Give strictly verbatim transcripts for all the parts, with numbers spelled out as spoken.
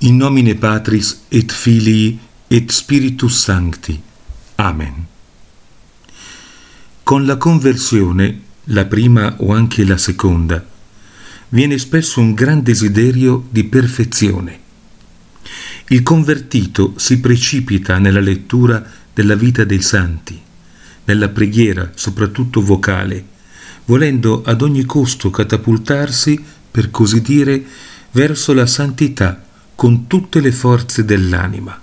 In nomine Patris et Filii et Spiritus Sancti. Amen. Con la conversione, la prima o anche la seconda, viene spesso un gran desiderio di perfezione. Il convertito si precipita nella lettura della vita dei santi, nella preghiera, soprattutto vocale, volendo ad ogni costo catapultarsi, per così dire, verso la santità con tutte le forze dell'anima.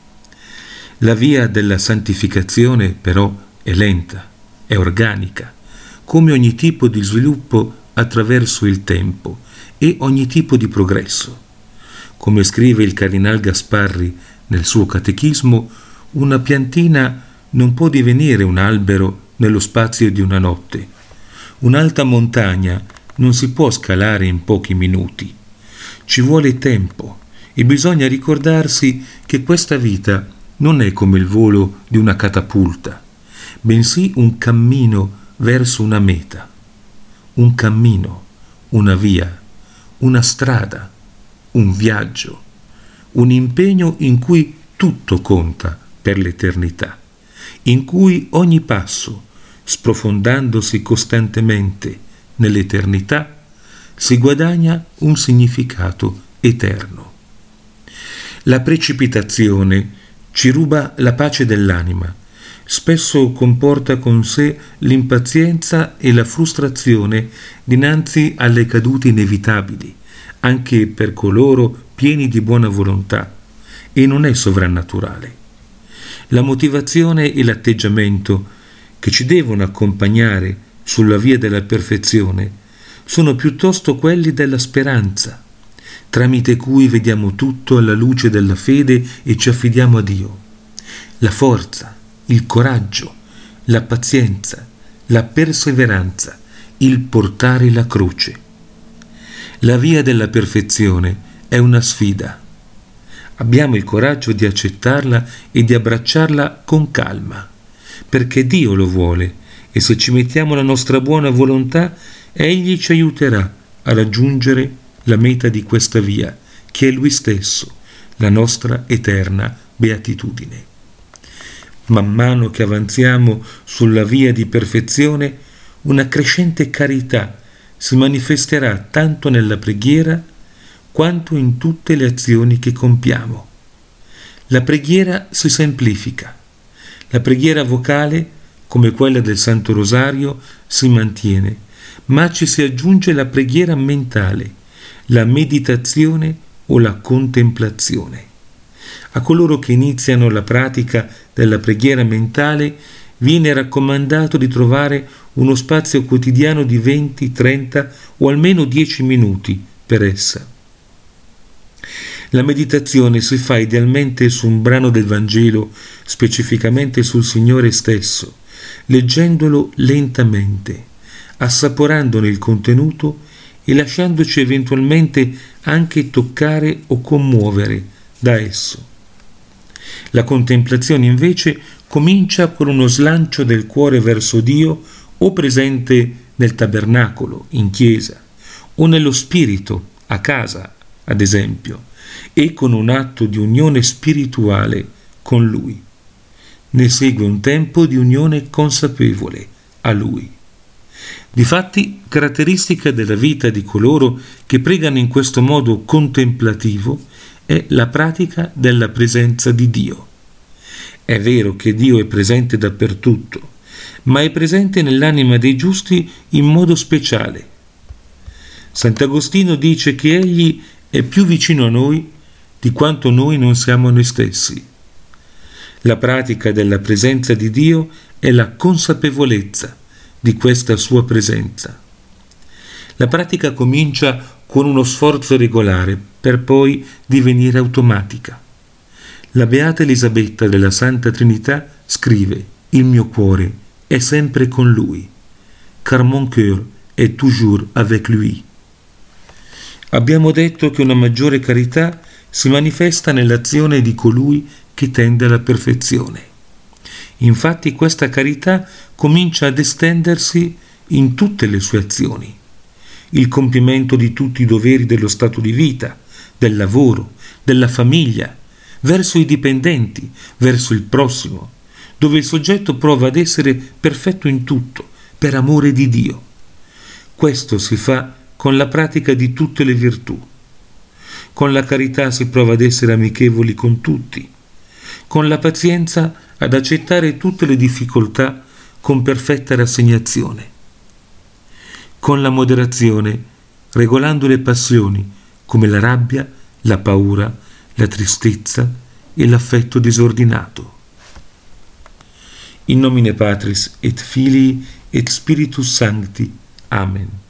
La via della santificazione, però, è lenta, è organica, come ogni tipo di sviluppo attraverso il tempo e ogni tipo di progresso. Come scrive il cardinal Gasparri nel suo catechismo, una piantina non può divenire un albero nello spazio di una notte. Un'alta montagna non si può scalare in pochi minuti. Ci vuole tempo e bisogna ricordarsi che questa vita non è come il volo di una catapulta, bensì un cammino verso una meta, un cammino, una via, una strada, un viaggio, un impegno in cui tutto conta per l'eternità, in cui ogni passo, sprofondandosi costantemente nell'eternità, si guadagna un significato eterno. La precipitazione ci ruba la pace dell'anima, spesso comporta con sé l'impazienza e la frustrazione dinanzi alle cadute inevitabili, anche per coloro pieni di buona volontà, e non è sovrannaturale. La motivazione e l'atteggiamento che ci devono accompagnare sulla via della perfezione sono piuttosto quelli della speranza, tramite cui vediamo tutto alla luce della fede e ci affidiamo a Dio. La forza, il coraggio, la pazienza, la perseveranza, il portare la croce. La via della perfezione è una sfida. Abbiamo il coraggio di accettarla e di abbracciarla con calma, perché Dio lo vuole, e se ci mettiamo la nostra buona volontà, Egli ci aiuterà a raggiungere la meta di questa via, che è Lui stesso, la nostra eterna beatitudine. Man mano che avanziamo sulla via di perfezione, una crescente carità si manifesterà tanto nella preghiera quanto in tutte le azioni che compiamo. La preghiera si semplifica. La preghiera vocale, come quella del Santo Rosario, si mantiene, ma ci si aggiunge la preghiera mentale, la meditazione o la contemplazione. A coloro che iniziano la pratica della preghiera mentale viene raccomandato di trovare uno spazio quotidiano di venti, trenta o almeno dieci minuti per essa. La meditazione si fa idealmente su un brano del Vangelo, specificamente sul Signore stesso, leggendolo lentamente, assaporandone il contenuto e lasciandoci eventualmente anche toccare o commuovere da esso. La contemplazione invece comincia con uno slancio del cuore verso Dio, o presente nel tabernacolo, in chiesa, o nello spirito, a casa, ad esempio, e con un atto di unione spirituale con Lui. Ne segue un tempo di unione consapevole a Lui. Difatti, caratteristica della vita di coloro che pregano in questo modo contemplativo è la pratica della presenza di Dio. È vero che Dio è presente dappertutto, ma è presente nell'anima dei giusti in modo speciale. Sant'Agostino dice che Egli è più vicino a noi di quanto noi non siamo a noi stessi. La pratica della presenza di Dio è la consapevolezza di questa sua presenza. La pratica comincia con uno sforzo regolare per poi divenire automatica. La Beata Elisabetta della Santa Trinità scrive: «Il mio cuore è sempre con Lui, car mon cœur est toujours avec lui». Abbiamo detto che una maggiore carità si manifesta nell'azione di colui che tende alla perfezione. Infatti questa carità comincia ad estendersi in tutte le sue azioni. Il compimento di tutti i doveri dello stato di vita, del lavoro, della famiglia, verso i dipendenti, verso il prossimo, dove il soggetto prova ad essere perfetto in tutto, per amore di Dio. Questo si fa con la pratica di tutte le virtù. Con la carità si prova ad essere amichevoli con tutti, con la pazienza ad accettare tutte le difficoltà con perfetta rassegnazione, con la moderazione regolando le passioni come la rabbia, la paura, la tristezza e l'affetto disordinato. In nomine Patris et Filii et Spiritus Sancti. Amen.